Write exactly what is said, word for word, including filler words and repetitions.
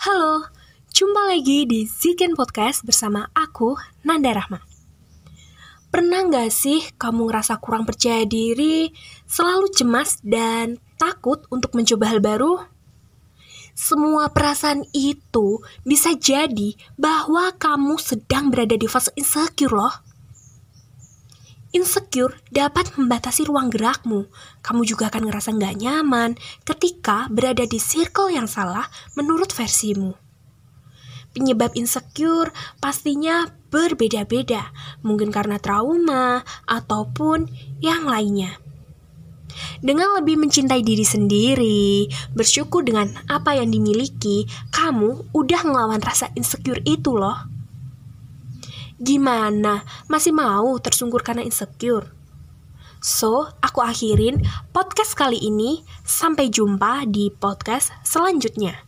Halo, jumpa lagi di Ziken Podcast bersama aku, Nanda Rahma. Pernah gak sih kamu ngerasa kurang percaya diri, selalu cemas dan takut untuk mencoba hal baru? Semua perasaan itu bisa jadi bahwa kamu sedang berada di fase insecure loh. Insecure dapat membatasi ruang gerakmu. Kamu juga akan ngerasa gak nyaman ketika berada di circle yang salah menurut versimu. Penyebab insecure pastinya berbeda-beda, mungkin karena trauma ataupun yang lainnya. Dengan lebih mencintai diri sendiri, bersyukur dengan apa yang dimiliki, kamu udah ngelawan rasa insecure itu loh. Gimana? Masih mau tersungkur karena insecure? So, aku akhirin podcast kali ini. Sampai jumpa di podcast selanjutnya.